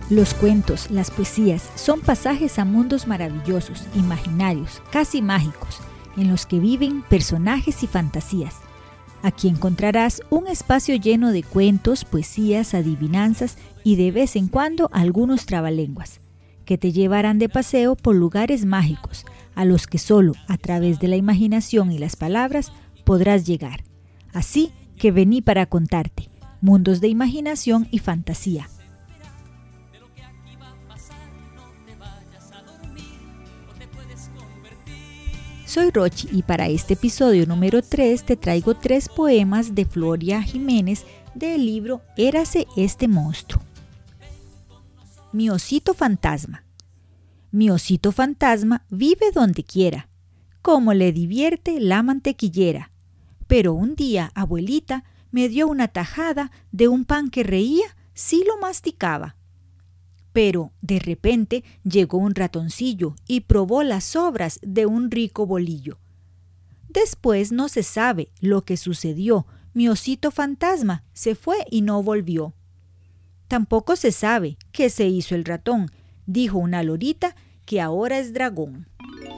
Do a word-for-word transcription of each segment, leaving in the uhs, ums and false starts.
Los cuentos, las poesías, son pasajes a mundos maravillosos, imaginarios, casi mágicos, en los que viven personajes y fantasías. Aquí encontrarás un espacio lleno de cuentos, poesías, adivinanzas y de vez en cuando algunos trabalenguas, que te llevarán de paseo por lugares mágicos, a los que solo a través de la imaginación y las palabras podrás llegar. Así que vení para contarte, mundos de imaginación y fantasía. Soy Rochi y para este episodio número tres te traigo tres poemas de Floria Jiménez del libro Érase este monstruo. Mi osito fantasma. Mi osito fantasma vive donde quiera, como le divierte la mantequillera. Pero un día, abuelita, me dio una tajada de un pan que reía si lo masticaba. Pero, de repente, llegó un ratoncillo y probó las sobras de un rico bolillo. Después no se sabe lo que sucedió. Mi osito fantasma se fue y no volvió. Tampoco se sabe qué se hizo el ratón, dijo una lorita que ahora es dragón.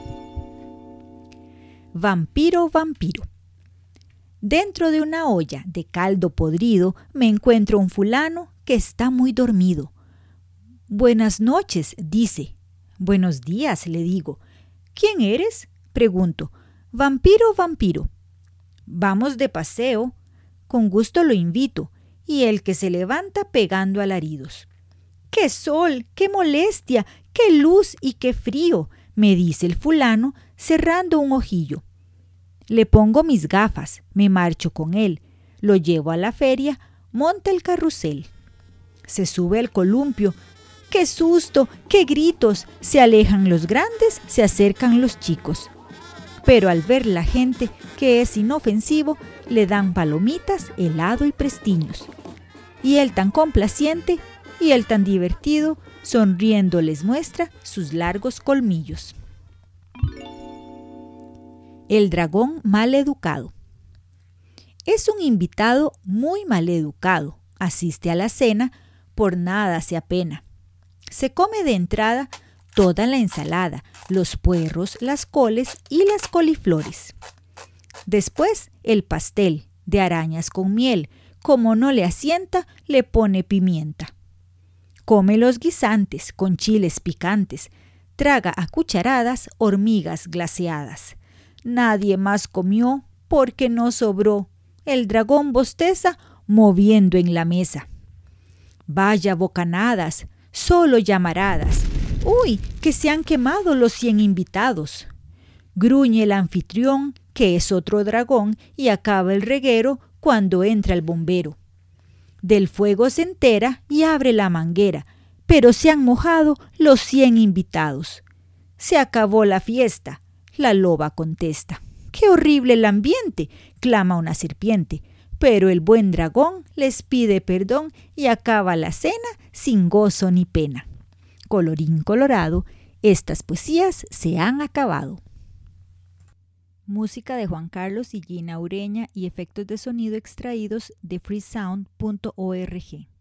Vampiro, vampiro. Dentro de una olla de caldo podrido me encuentro un fulano que está muy dormido. Buenas noches, dice. Buenos días, le digo. ¿Quién eres? Pregunto. Vampiro, vampiro. Vamos de paseo. Con gusto lo invito. Y el que se levanta pegando alaridos. ¡Qué sol! ¡Qué molestia! ¡Qué luz y qué frío! Me dice el fulano, cerrando un ojillo. Le pongo mis gafas, me marcho con él. Lo llevo a la feria, monta el carrusel. Se sube al columpio. ¡Qué susto! ¡Qué gritos! Se alejan los grandes, se acercan los chicos. Pero al ver la gente, que es inofensivo, le dan palomitas, helado y prestiños. Y él tan complaciente, y él tan divertido, sonriendo les muestra sus largos colmillos. El dragón mal educado. Es un invitado muy mal educado. Asiste a la cena, por nada se apena. Se come de entrada toda la ensalada, los puerros, las coles y las coliflores. Después el pastel de arañas con miel. Como no le asienta, le pone pimienta. Come los guisantes con chiles picantes. Traga a cucharadas hormigas glaseadas. Nadie más comió porque no sobró. El dragón bosteza moviendo en la mesa. Vaya bocanadas, solo llamaradas. ¡Uy, que se han quemado los cien invitados! Gruñe el anfitrión, que es otro dragón, y acaba el reguero cuando entra el bombero. Del fuego se entera y abre la manguera, pero se han mojado los cien invitados. Se acabó la fiesta, la loba contesta. ¡Qué horrible el ambiente!, clama una serpiente. Pero el buen dragón les pide perdón y acaba la cena sin gozo ni pena. Colorín colorado, estas poesías se han acabado. Música de Juan Carlos y Gina Ureña y efectos de sonido extraídos de freesound punto org.